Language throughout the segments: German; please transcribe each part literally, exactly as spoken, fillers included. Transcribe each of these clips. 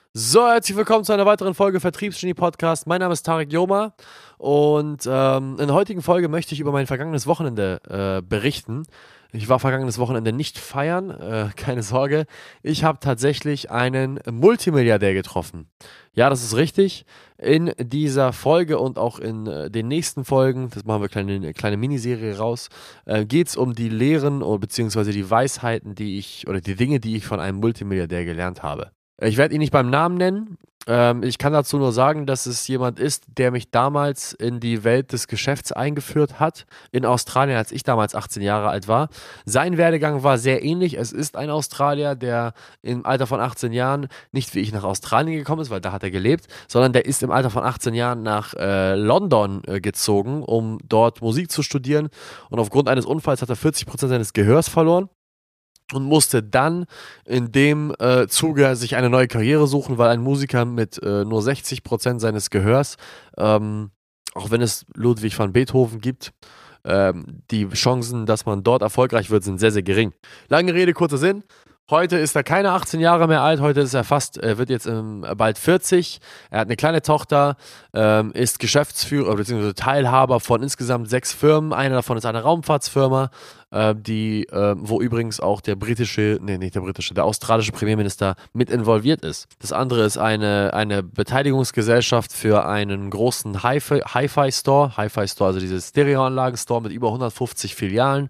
So, herzlich willkommen zu einer weiteren Folge Vertriebsgenie Podcast. Mein Name ist Tarek Joma und ähm, in der heutigen Folge möchte ich über mein vergangenes Wochenende äh, berichten. Ich war vergangenes Wochenende nicht feiern, äh, keine Sorge. Ich habe tatsächlich einen Multimilliardär getroffen. Ja, das ist richtig. In dieser Folge und auch in äh, den nächsten Folgen, das machen wir eine kleine, kleine Miniserie raus, äh, geht es um die Lehren oder beziehungsweise die Weisheiten, die ich oder die Dinge, die ich von einem Multimilliardär gelernt habe. Ich werde ihn nicht beim Namen nennen. Ähm, ich kann dazu nur sagen, dass es jemand ist, der mich damals in die Welt des Geschäfts eingeführt hat, in Australien, als ich damals achtzehn Jahre alt war. Sein Werdegang war sehr ähnlich. Es ist ein Australier, der im Alter von achtzehn Jahren nicht wie ich nach Australien gekommen ist, weil da hat er gelebt, sondern der ist im Alter von achtzehn Jahren nach äh, London äh, gezogen, um dort Musik zu studieren. Und aufgrund eines Unfalls hat er vierzig Prozent seines Gehörs verloren. Und musste dann in dem äh, Zuge sich eine neue Karriere suchen, weil ein Musiker mit äh, nur sechzig Prozent seines Gehörs, ähm, auch wenn es Ludwig van Beethoven gibt, ähm, die Chancen, dass man dort erfolgreich wird, sind sehr, sehr gering. Lange Rede, kurzer Sinn. Heute ist er keine achtzehn Jahre mehr alt, heute ist er fast, er wird jetzt ähm, bald vierzig, er hat eine kleine Tochter, ähm, ist Geschäftsführer bzw. Teilhaber von insgesamt sechs Firmen, eine davon ist eine Raumfahrtsfirma, äh, die, äh, wo übrigens auch der britische, nee, nicht der britische, der australische Premierminister mit involviert ist. Das andere ist eine, eine Beteiligungsgesellschaft für einen großen Hi-Fi, Hi-Fi-Store, Hi-Fi-Store, also diese Stereoanlagen-Store mit über hundertfünfzig Filialen.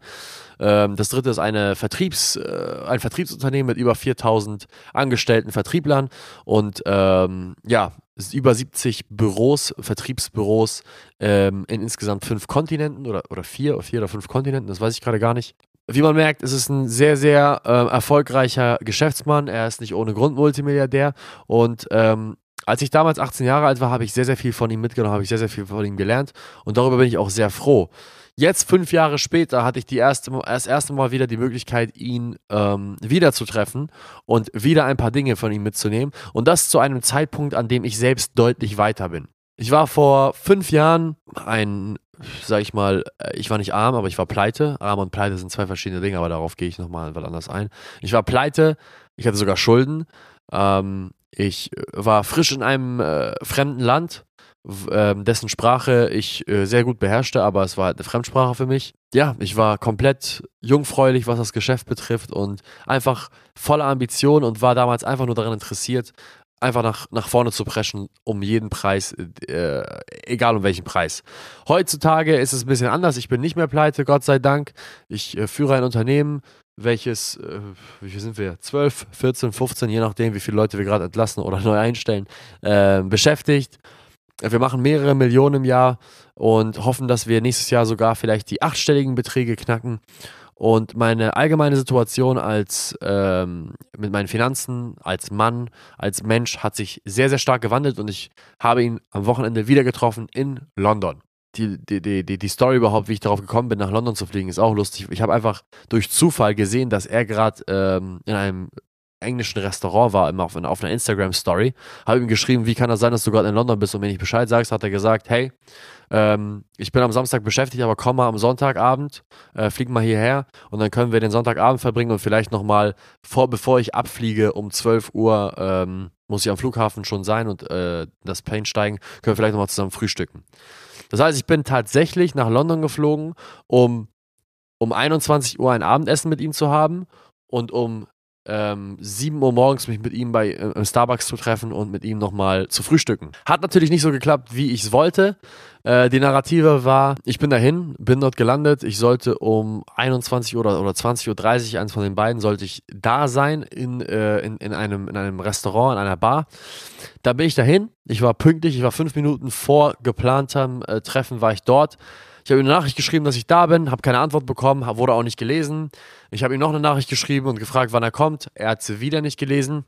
Das dritte ist eine Vertriebs, äh, ein Vertriebsunternehmen mit über viertausend angestellten Vertrieblern und ähm, ja, über siebzig Büros, Vertriebsbüros ähm, in insgesamt fünf Kontinenten oder, oder vier, oder vier oder fünf Kontinenten, das weiß ich gerade gar nicht. Wie man merkt, ist es ein sehr, sehr äh, erfolgreicher Geschäftsmann. Er ist nicht ohne Grund Multimilliardär und ähm, als ich damals achtzehn Jahre alt war, habe ich sehr, sehr viel von ihm mitgenommen, habe ich sehr, sehr viel von ihm gelernt und darüber bin ich auch sehr froh. Jetzt, fünf Jahre später, hatte ich die erste, das erste Mal wieder die Möglichkeit, ihn ähm, wieder zu treffen und wieder ein paar Dinge von ihm mitzunehmen. Und das zu einem Zeitpunkt, an dem ich selbst deutlich weiter bin. Ich war vor fünf Jahren ein, sag ich mal, ich war nicht arm, aber ich war pleite. Arm und pleite sind zwei verschiedene Dinge, aber darauf gehe ich nochmal was anders ein. Ich war pleite, ich hatte sogar Schulden. Ähm, ich war frisch in einem äh, fremden Land, dessen Sprache ich äh, sehr gut beherrschte, aber es war halt eine Fremdsprache für mich. Ja, ich war komplett jungfräulich, was das Geschäft betrifft und einfach voller Ambition und war damals einfach nur daran interessiert, einfach nach, nach vorne zu preschen, um jeden Preis, äh, egal um welchen Preis. Heutzutage ist es ein bisschen anders, ich bin nicht mehr pleite, Gott sei Dank. Ich äh, führe ein Unternehmen, welches, äh, wie viel sind wir? zwölf, vierzehn, fünfzehn, je nachdem, wie viele Leute wir gerade entlassen oder neu einstellen, äh, beschäftigt. Wir machen mehrere Millionen im Jahr und hoffen, dass wir nächstes Jahr sogar vielleicht die achtstelligen Beträge knacken. Und meine allgemeine Situation als ähm, mit meinen Finanzen, als Mann, als Mensch hat sich sehr, sehr stark gewandelt und ich habe ihn am Wochenende wieder getroffen in London. Die, die, die, die Story überhaupt, wie ich darauf gekommen bin, nach London zu fliegen, ist auch lustig. Ich habe einfach durch Zufall gesehen, dass er gerade ähm, in einem englischen Restaurant war, immer auf, auf einer Instagram-Story, habe ihm geschrieben, wie kann das sein, dass du gerade in London bist und mir nicht Bescheid sagst, hat er gesagt, hey, ähm, ich bin am Samstag beschäftigt, aber komm mal am Sonntagabend, äh, flieg mal hierher und dann können wir den Sonntagabend verbringen und vielleicht nochmal, vor, bevor ich abfliege, um zwölf Uhr, ähm, muss ich am Flughafen schon sein und äh, das Plane steigen, können wir vielleicht nochmal zusammen frühstücken. Das heißt, ich bin tatsächlich nach London geflogen, um um einundzwanzig Uhr ein Abendessen mit ihm zu haben und um Ähm, sieben Uhr morgens mich mit ihm bei äh, Starbucks zu treffen und mit ihm nochmal zu frühstücken. Hat natürlich nicht so geklappt, wie ich es wollte. Äh, die Narrative war, ich bin dahin, bin dort gelandet, ich sollte um einundzwanzig Uhr oder, oder zwanzig Uhr dreißig, eins von den beiden, sollte ich da sein in, äh, in, in, einem, in einem Restaurant, in einer Bar. Da bin ich dahin, ich war pünktlich, ich war fünf Minuten vor geplantem äh, Treffen, war ich dort. Ich habe ihm eine Nachricht geschrieben, dass ich da bin, habe keine Antwort bekommen, wurde auch nicht gelesen. Ich habe ihm noch eine Nachricht geschrieben und gefragt, wann er kommt. Er hat sie wieder nicht gelesen.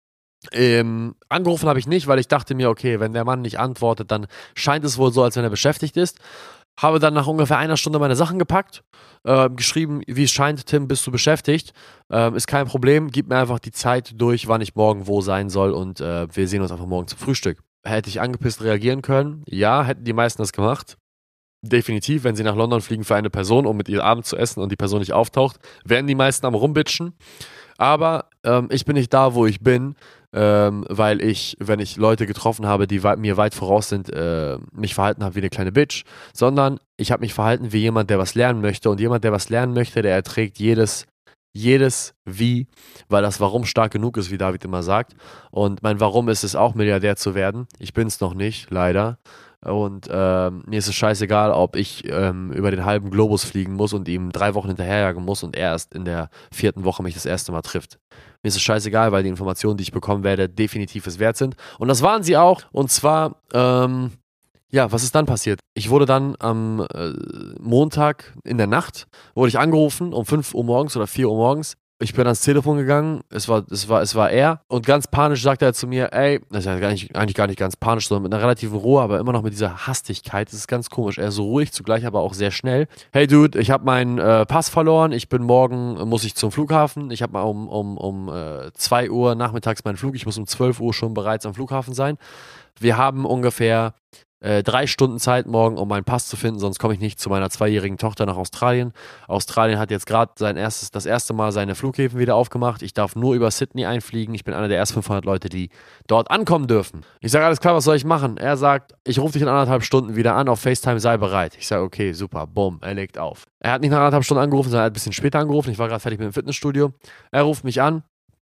Ähm, angerufen habe ich nicht, weil ich dachte mir, okay, wenn der Mann nicht antwortet, dann scheint es wohl so, als wenn er beschäftigt ist. Habe dann nach ungefähr einer Stunde meine Sachen gepackt, äh, geschrieben, wie es scheint, Tim, bist du beschäftigt? Ähm, ist kein Problem, gib mir einfach die Zeit durch, wann ich morgen wo sein soll und äh, wir sehen uns einfach morgen zum Frühstück. Hätte ich angepisst reagieren können? Ja, hätten die meisten das gemacht. Definitiv, wenn sie nach London fliegen für eine Person, um mit ihr Abend zu essen und die Person nicht auftaucht, werden die meisten am rumbitchen. Aber ähm, ich bin nicht da, wo ich bin, ähm, weil ich, wenn ich Leute getroffen habe, die wei- mir weit voraus sind, äh, mich verhalten habe wie eine kleine Bitch, sondern ich habe mich verhalten wie jemand, der was lernen möchte. Und jemand, der was lernen möchte, der erträgt jedes, jedes Wie, weil das Warum stark genug ist, wie David immer sagt. Und mein Warum ist es auch, Milliardär zu werden. Ich bin es noch nicht, leider. Und ähm, mir ist es scheißegal, ob ich ähm, über den halben Globus fliegen muss und ihm drei Wochen hinterherjagen muss und er erst in der vierten Woche mich das erste Mal trifft. Mir ist es scheißegal, weil die Informationen, die ich bekommen werde, definitiv es wert sind. Und das waren sie auch. Und zwar, ähm, ja, was ist dann passiert? Ich wurde dann am äh, Montag in der Nacht, wurde ich angerufen um fünf Uhr morgens oder vier Uhr morgens. Ich bin ans Telefon gegangen, es war, es war, es war er und ganz panisch sagte er zu mir, ey, das ist ja gar nicht, eigentlich gar nicht ganz panisch, sondern mit einer relativen Ruhe, aber immer noch mit dieser Hastigkeit, das ist ganz komisch, er ist so ruhig, zugleich aber auch sehr schnell. Hey Dude, ich habe meinen äh, Pass verloren, ich bin morgen, muss ich zum Flughafen, ich habe mal um, um, um äh, zwei Uhr nachmittags meinen Flug, ich muss um zwölf Uhr schon bereits am Flughafen sein. Wir haben ungefähr äh, drei Stunden Zeit morgen, um meinen Pass zu finden, sonst komme ich nicht zu meiner zweijährigen Tochter nach Australien. Australien hat jetzt gerade sein erstes, das erste Mal seine Flughäfen wieder aufgemacht. Ich darf nur über Sydney einfliegen. Ich bin einer der ersten fünfhundert Leute, die dort ankommen dürfen. Ich sage, alles klar, was soll ich machen? Er sagt, ich rufe dich in anderthalb Stunden wieder an, auf FaceTime, sei bereit. Ich sage, okay, super, bumm, er legt auf. Er hat nicht nach anderthalb Stunden angerufen, sondern er hat ein bisschen später angerufen. Ich war gerade fertig mit dem Fitnessstudio. Er ruft mich an,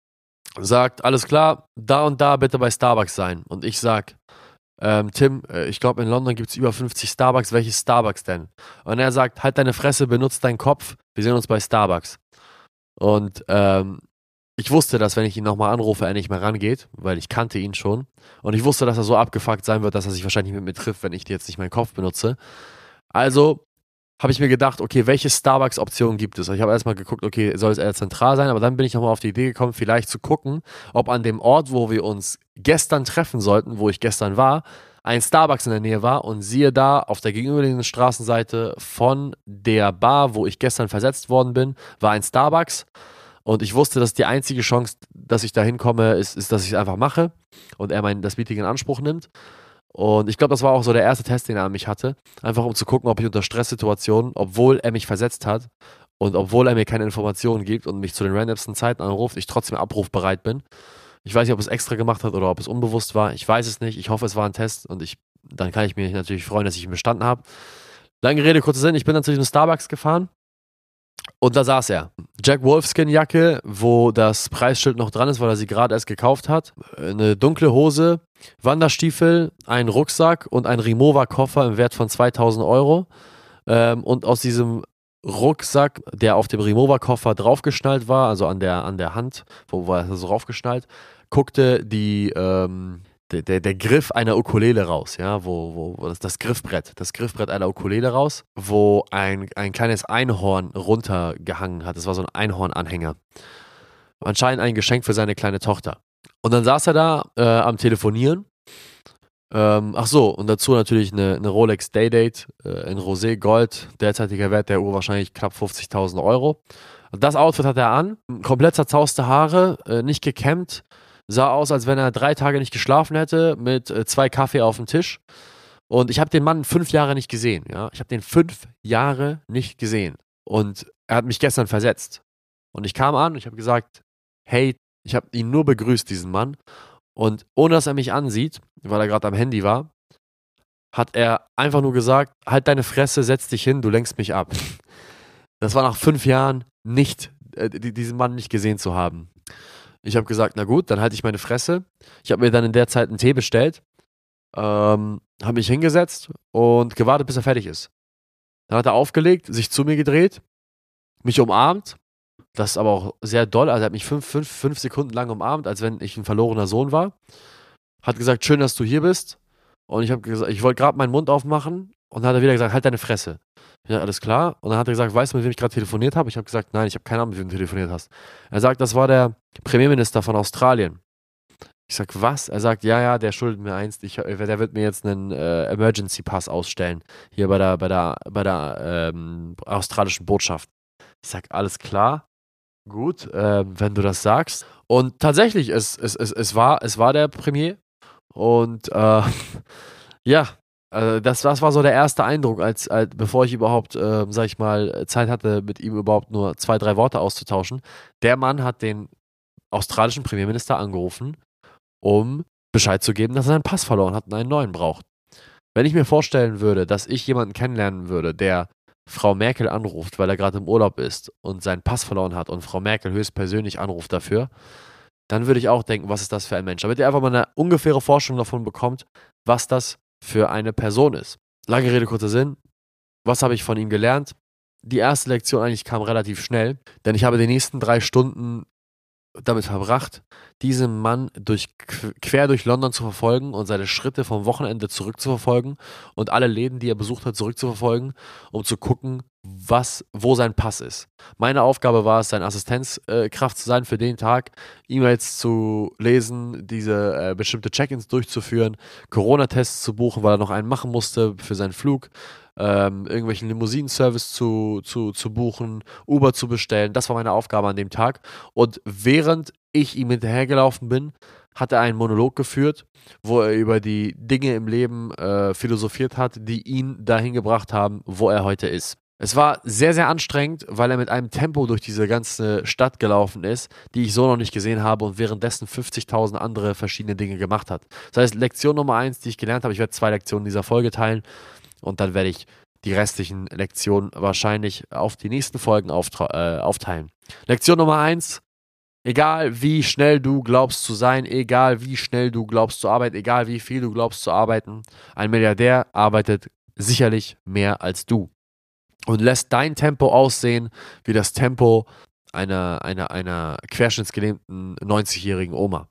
sagt, alles klar, da und da bitte bei Starbucks sein. Und ich sage, ähm, Tim, äh, ich glaube in London gibt es über fünfzig Starbucks, welches Starbucks denn? Und er sagt, halt deine Fresse, benutz deinen Kopf, wir sehen uns bei Starbucks. Und ähm, ich wusste, dass wenn ich ihn nochmal anrufe, er nicht mehr rangeht, weil ich kannte ihn schon. Und ich wusste, dass er so abgefuckt sein wird, dass er sich wahrscheinlich mit mir trifft, wenn ich jetzt nicht meinen Kopf benutze. Also habe ich mir gedacht, okay, welche Starbucks-Optionen gibt es? Ich habe erstmal geguckt, okay, soll es eher zentral sein, aber dann bin ich nochmal auf die Idee gekommen, vielleicht zu gucken, ob an dem Ort, wo wir uns gestern treffen sollten, wo ich gestern war, ein Starbucks in der Nähe war und siehe da, auf der gegenüberliegenden Straßenseite von der Bar, wo ich gestern versetzt worden bin, war ein Starbucks und ich wusste, dass die einzige Chance, dass ich da hinkomme, ist, ist, dass ich es einfach mache und er mein, das Meeting in Anspruch nimmt. Und ich glaube, das war auch so der erste Test, den er an mich hatte. Einfach um zu gucken, ob ich unter Stresssituationen, obwohl er mich versetzt hat und obwohl er mir keine Informationen gibt und mich zu den randomsten Zeiten anruft, ich trotzdem abrufbereit bin. Ich weiß nicht, ob es extra gemacht hat oder ob es unbewusst war. Ich weiß es nicht. Ich hoffe, es war ein Test und ich, dann kann ich mich natürlich freuen, dass ich ihn bestanden habe. Lange Rede, kurzer Sinn. Ich bin dann zu diesem Starbucks gefahren und da saß er. Jack Wolfskin Jacke, wo das Preisschild noch dran ist, weil er sie gerade erst gekauft hat. Eine dunkle Hose, Wanderstiefel, ein Rucksack und ein Rimowa-Koffer im Wert von zweitausend Euro. Ähm, und aus diesem Rucksack, der auf dem Rimowa-Koffer draufgeschnallt war, also an der, an der Hand, wo war er so draufgeschnallt, guckte die, ähm, der, der, der Griff einer Ukulele raus, ja, wo, wo, wo das, das Griffbrett, das Griffbrett einer Ukulele raus, wo ein, ein kleines Einhorn runtergehangen hat. Das war so ein Einhornanhänger. Anscheinend ein Geschenk für seine kleine Tochter. Und dann saß er da äh, am Telefonieren. Ähm, ach so, und dazu natürlich eine, eine Rolex Day-Date äh, in Rosé Gold. Derzeitiger Wert der Uhr wahrscheinlich knapp fünfzigtausend Euro. Und das Outfit hat er an. Komplett zerzauste Haare, äh, nicht gekämmt. Sah aus, als wenn er drei Tage nicht geschlafen hätte, mit äh, zwei Kaffee auf dem Tisch. Und ich habe den Mann fünf Jahre nicht gesehen. Ja? Ich habe den fünf Jahre nicht gesehen. Und er hat mich gestern versetzt. Und ich kam an und ich habe gesagt, hey, ich habe ihn nur begrüßt, diesen Mann. Und ohne dass er mich ansieht, weil er gerade am Handy war, hat er einfach nur gesagt, halt deine Fresse, setz dich hin, du lenkst mich ab. Das war nach fünf Jahren nicht, äh, diesen Mann nicht gesehen zu haben. Ich habe gesagt, na gut, dann halte ich meine Fresse. Ich habe mir dann in der Zeit einen Tee bestellt, ähm, habe mich hingesetzt und gewartet, bis er fertig ist. Dann hat er aufgelegt, sich zu mir gedreht, mich umarmt. Das ist aber auch sehr doll. Also er hat mich fünf, fünf, fünf Sekunden lang umarmt, als wenn ich ein verlorener Sohn war. Hat gesagt, schön, dass du hier bist. Und ich habe gesagt, ich wollte gerade meinen Mund aufmachen und dann hat er wieder gesagt, halt deine Fresse. Ja, alles klar. Und dann hat er gesagt, weißt du, mit wem ich gerade telefoniert habe? Ich habe gesagt, nein, ich habe keine Ahnung, mit wem du telefoniert hast. Er sagt, das war der Premierminister von Australien. Ich sag, was? Er sagt, ja, ja, der schuldet mir eins. Ich, der wird mir jetzt einen äh, Emergency Pass ausstellen. Hier bei der, bei der, bei der ähm, australischen Botschaft. Ich sag, alles klar. Gut, äh, wenn du das sagst. Und tatsächlich, es, es, es, es, war, es war der Premier. Und äh, ja, äh, das, das war so der erste Eindruck, als, als bevor ich überhaupt, äh, sag ich mal, Zeit hatte, mit ihm überhaupt nur zwei, drei Worte auszutauschen. Der Mann hat den australischen Premierminister angerufen, um Bescheid zu geben, dass er seinen Pass verloren hat und einen neuen braucht. Wenn ich mir vorstellen würde, dass ich jemanden kennenlernen würde, der Frau Merkel anruft, weil er gerade im Urlaub ist und seinen Pass verloren hat und Frau Merkel höchstpersönlich anruft dafür, dann würde ich auch denken, was ist das für ein Mensch? Damit ihr einfach mal eine ungefähre Vorstellung davon bekommt, was das für eine Person ist. Lange Rede, kurzer Sinn. Was habe ich von ihm gelernt? Die erste Lektion eigentlich kam relativ schnell, denn ich habe die nächsten drei Stunden damit verbracht, diesen Mann durch, quer durch London zu verfolgen und seine Schritte vom Wochenende zurückzuverfolgen und alle Läden, die er besucht hat, zurückzuverfolgen, um zu gucken, was, wo sein Pass ist. Meine Aufgabe war es, seine Assistenzkraft zu sein für den Tag, E-Mails zu lesen, diese äh, bestimmte Check-ins durchzuführen, Corona-Tests zu buchen, weil er noch einen machen musste für seinen Flug, ähm, irgendwelchen Limousinen-Service zu, zu, zu buchen, Uber zu bestellen. Das war meine Aufgabe an dem Tag. Und während ich ihm hinterhergelaufen bin, hat er einen Monolog geführt, wo er über die Dinge im Leben äh, philosophiert hat, die ihn dahin gebracht haben, wo er heute ist. Es war sehr, sehr anstrengend, weil er mit einem Tempo durch diese ganze Stadt gelaufen ist, die ich so noch nicht gesehen habe und währenddessen fünfzigtausend andere verschiedene Dinge gemacht hat. Das heißt, Lektion Nummer eins, die ich gelernt habe, ich werde zwei Lektionen dieser Folge teilen und dann werde ich die restlichen Lektionen wahrscheinlich auf die nächsten Folgen auftra- äh, aufteilen. Lektion Nummer eins, egal wie schnell du glaubst zu sein, egal wie schnell du glaubst zu arbeiten, egal wie viel du glaubst zu arbeiten, ein Milliardär arbeitet sicherlich mehr als du. Und lässt dein Tempo aussehen wie das Tempo einer, einer, einer querschnittsgelähmten neunzigjährigen Oma.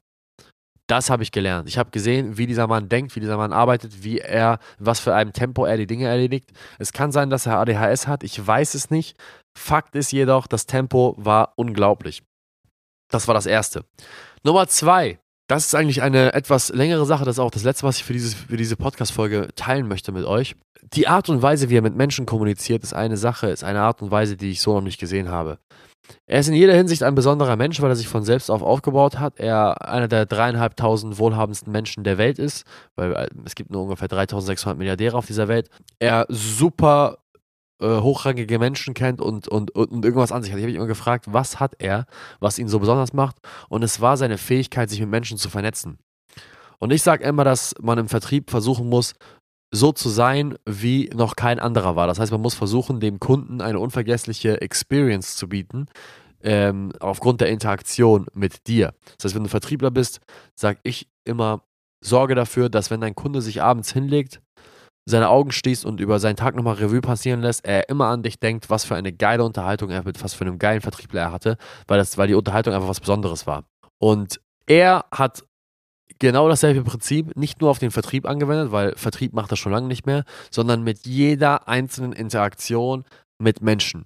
Das habe ich gelernt. Ich habe gesehen, wie dieser Mann denkt, wie dieser Mann arbeitet, wie er, in was für einem Tempo er die Dinge erledigt. Es kann sein, dass er A D H S hat, ich weiß es nicht. Fakt ist jedoch, das Tempo war unglaublich. Das war das Erste. Nummer zwei. Das ist eigentlich eine etwas längere Sache. Das ist auch das Letzte, was ich für, dieses, für diese Podcast-Folge teilen möchte mit euch. Die Art und Weise, wie er mit Menschen kommuniziert, ist eine Sache, ist eine Art und Weise, die ich so noch nicht gesehen habe. Er ist in jeder Hinsicht ein besonderer Mensch, weil er sich von selbst auf aufgebaut hat. Er einer der dreieinhalbtausend wohlhabendsten Menschen der Welt ist, weil es gibt nur ungefähr dreitausendsechshundert Milliardäre auf dieser Welt. Er super äh, hochrangige Menschen kennt und, und, und, und irgendwas an sich hat. Ich habe mich immer gefragt, was hat er, was ihn so besonders macht? Und es war seine Fähigkeit, sich mit Menschen zu vernetzen. Und ich sage immer, dass man im Vertrieb versuchen muss, so zu sein, wie noch kein anderer war. Das heißt, man muss versuchen, dem Kunden eine unvergessliche Experience zu bieten, ähm, aufgrund der Interaktion mit dir. Das heißt, wenn du Vertriebler bist, sage ich immer, sorge dafür, dass wenn dein Kunde sich abends hinlegt, seine Augen schließt und über seinen Tag nochmal Revue passieren lässt, er immer an dich denkt, was für eine geile Unterhaltung er mit was für einem geilen Vertriebler er hatte, weil, das, weil die Unterhaltung einfach was Besonderes war. Und er hat genau dasselbe Prinzip, nicht nur auf den Vertrieb angewendet, weil Vertrieb macht das schon lange nicht mehr, sondern mit jeder einzelnen Interaktion mit Menschen.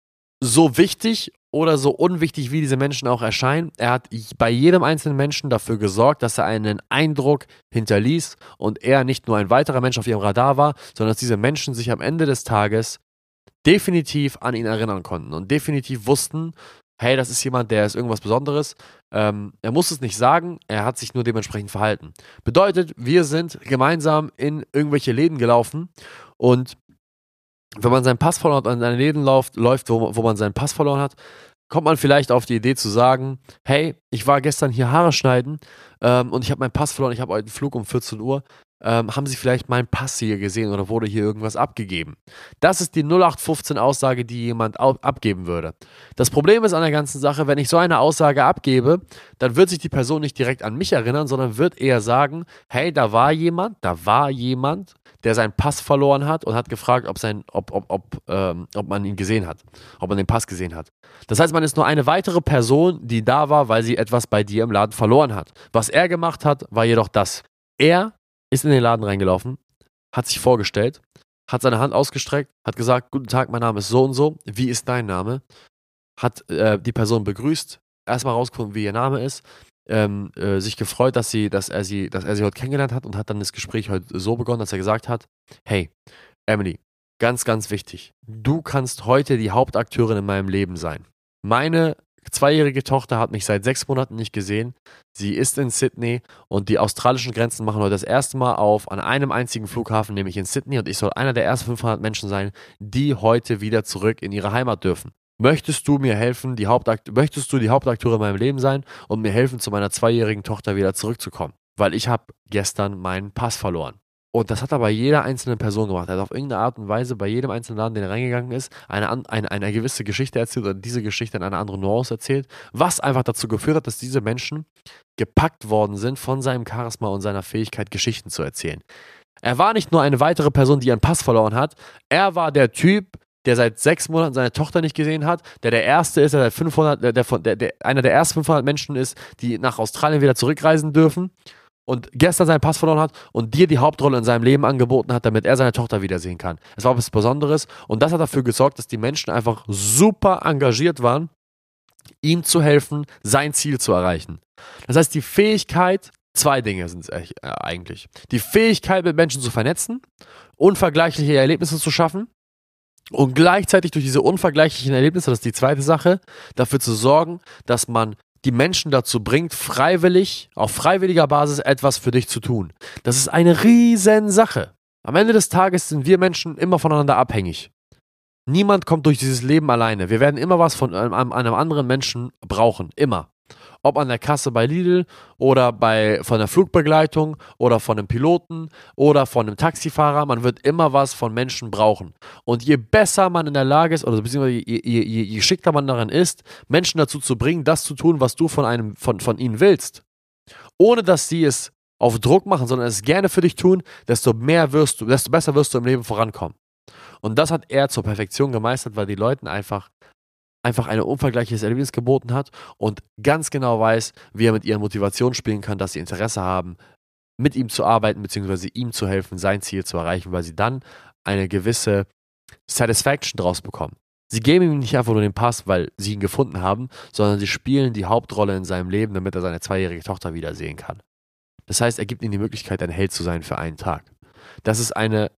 So wichtig oder so unwichtig, wie diese Menschen auch erscheinen, er hat bei jedem einzelnen Menschen dafür gesorgt, dass er einen Eindruck hinterließ und er nicht nur ein weiterer Mensch auf ihrem Radar war, sondern dass diese Menschen sich am Ende des Tages definitiv an ihn erinnern konnten und definitiv wussten, hey, das ist jemand, der ist irgendwas Besonderes. Ähm, er muss es nicht sagen, er hat sich nur dementsprechend verhalten. Bedeutet, wir sind gemeinsam in irgendwelche Läden gelaufen und wenn man seinen Pass verloren hat und in eine Läden läuft, läuft wo, wo man seinen Pass verloren hat, kommt man vielleicht auf die Idee zu sagen, hey, ich war gestern hier Haare schneiden ähm, und ich habe meinen Pass verloren, ich habe heute einen Flug um vierzehn Uhr. Ähm, haben Sie vielleicht meinen Pass hier gesehen oder wurde hier irgendwas abgegeben? Das ist die null acht fünfzehn Aussage, die jemand au- abgeben würde. Das Problem ist an der ganzen Sache, wenn ich so eine Aussage abgebe, dann wird sich die Person nicht direkt an mich erinnern, sondern wird eher sagen, hey, da war jemand, da war jemand, der seinen Pass verloren hat und hat gefragt, ob, sein, ob, ob, ob, ähm, ob man ihn gesehen hat, ob man den Pass gesehen hat. Das heißt, man ist nur eine weitere Person, die da war, weil sie etwas bei dir im Laden verloren hat. Was er gemacht hat, war jedoch das. Er ist in den Laden reingelaufen, hat sich vorgestellt, hat seine Hand ausgestreckt, hat gesagt, guten Tag, mein Name ist so und so, wie ist dein Name? Hat äh, die Person begrüßt, erstmal rausgefunden, wie ihr Name ist, ähm, äh, sich gefreut, dass, sie, dass, er sie, dass er sie heute kennengelernt hat und hat dann das Gespräch heute so begonnen, dass er gesagt hat, hey, Emily, ganz, ganz wichtig, du kannst heute die Hauptakteurin in meinem Leben sein. Meine zweijährige Tochter hat mich seit sechs Monaten nicht gesehen. Sie ist in Sydney und die australischen Grenzen machen heute das erste Mal auf an einem einzigen Flughafen, nämlich in Sydney. Und ich soll einer der ersten fünfhundert Menschen sein, die heute wieder zurück in ihre Heimat dürfen. möchtest du mir helfen, die Hauptakt möchtest du die Hauptakteure in meinem Leben sein und mir helfen, zu meiner zweijährigen Tochter wieder zurückzukommen? Weil ich habe gestern meinen Pass verloren. Und das hat er bei jeder einzelnen Person gemacht. Er hat auf irgendeine Art und Weise bei jedem einzelnen Laden, den er reingegangen ist, eine, eine, eine gewisse Geschichte erzählt oder diese Geschichte in einer anderen Nuance erzählt, was einfach dazu geführt hat, dass diese Menschen gepackt worden sind von seinem Charisma und seiner Fähigkeit, Geschichten zu erzählen. Er war nicht nur eine weitere Person, die ihren Pass verloren hat, er war der Typ, der seit sechs Monaten seine Tochter nicht gesehen hat, der der Erste ist, der seit fünfhundert, der, der, der, der einer der ersten fünfhundert Menschen ist, die nach Australien wieder zurückreisen dürfen und gestern seinen Pass verloren hat und dir die Hauptrolle in seinem Leben angeboten hat, damit er seine Tochter wiedersehen kann. Es war was Besonderes und das hat dafür gesorgt, dass die Menschen einfach super engagiert waren, ihm zu helfen, sein Ziel zu erreichen. Das heißt, die Fähigkeit, zwei Dinge sind es eigentlich. Die Fähigkeit, mit Menschen zu vernetzen, unvergleichliche Erlebnisse zu schaffen und gleichzeitig durch diese unvergleichlichen Erlebnisse, das ist die zweite Sache, dafür zu sorgen, dass man die Menschen dazu bringt, freiwillig, auf freiwilliger Basis etwas für dich zu tun. Das ist eine riesen Sache. Am Ende des Tages sind wir Menschen immer voneinander abhängig. Niemand kommt durch dieses Leben alleine. Wir werden immer was von einem, einem anderen Menschen brauchen. Immer. Ob an der Kasse bei Lidl oder bei, von der Flugbegleitung oder von einem Piloten oder von einem Taxifahrer. Man wird immer was von Menschen brauchen. Und je besser man in der Lage ist, oder beziehungsweise je, je, je, je geschickter man daran ist, Menschen dazu zu bringen, das zu tun, was du von, einem, von, von ihnen willst, ohne dass sie es auf Druck machen, sondern es gerne für dich tun, desto mehr wirst du, desto besser wirst du im Leben vorankommen. Und das hat er zur Perfektion gemeistert, weil die Leuten einfach einfach ein unvergleichliches Erlebnis geboten hat und ganz genau weiß, wie er mit ihren Motivationen spielen kann, dass sie Interesse haben, mit ihm zu arbeiten, beziehungsweise ihm zu helfen, sein Ziel zu erreichen, weil sie dann eine gewisse Satisfaction draus bekommen. Sie geben ihm nicht einfach nur den Pass, weil sie ihn gefunden haben, sondern sie spielen die Hauptrolle in seinem Leben, damit er seine zweijährige Tochter wiedersehen kann. Das heißt, er gibt ihnen die Möglichkeit, ein Held zu sein für einen Tag. Das ist eine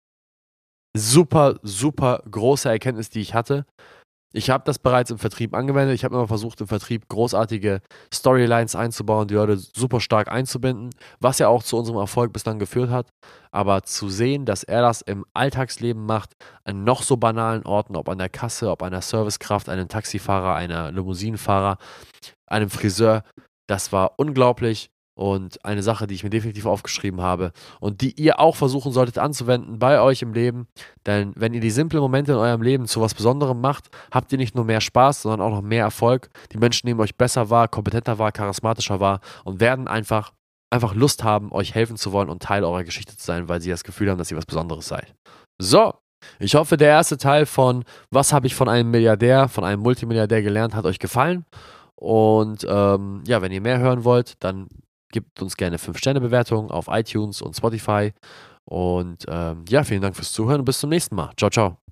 super, super große Erkenntnis, die ich hatte. Ich habe das bereits im Vertrieb angewendet. Ich habe immer versucht, im Vertrieb großartige Storylines einzubauen, die Leute super stark einzubinden, was ja auch zu unserem Erfolg bislang geführt hat. Aber zu sehen, dass er das im Alltagsleben macht, an noch so banalen Orten, ob an der Kasse, ob einer Servicekraft, einem Taxifahrer, einer Limousinenfahrer, einem Friseur, das war unglaublich. Und eine Sache, die ich mir definitiv aufgeschrieben habe und die ihr auch versuchen solltet anzuwenden bei euch im Leben. Denn wenn ihr die simplen Momente in eurem Leben zu was Besonderem macht, habt ihr nicht nur mehr Spaß, sondern auch noch mehr Erfolg. Die Menschen nehmen euch besser wahr, kompetenter wahr, charismatischer wahr und werden einfach, einfach Lust haben, euch helfen zu wollen und Teil eurer Geschichte zu sein, weil sie das Gefühl haben, dass ihr was Besonderes seid. So, ich hoffe, der erste Teil von Was habe ich von einem Milliardär, von einem Multimilliardär gelernt, hat euch gefallen. Und ähm, ja, wenn ihr mehr hören wollt, dann gebt uns gerne fünf Sterne Bewertungen auf iTunes und Spotify. Und ähm, ja, vielen Dank fürs Zuhören und bis zum nächsten Mal. Ciao, ciao.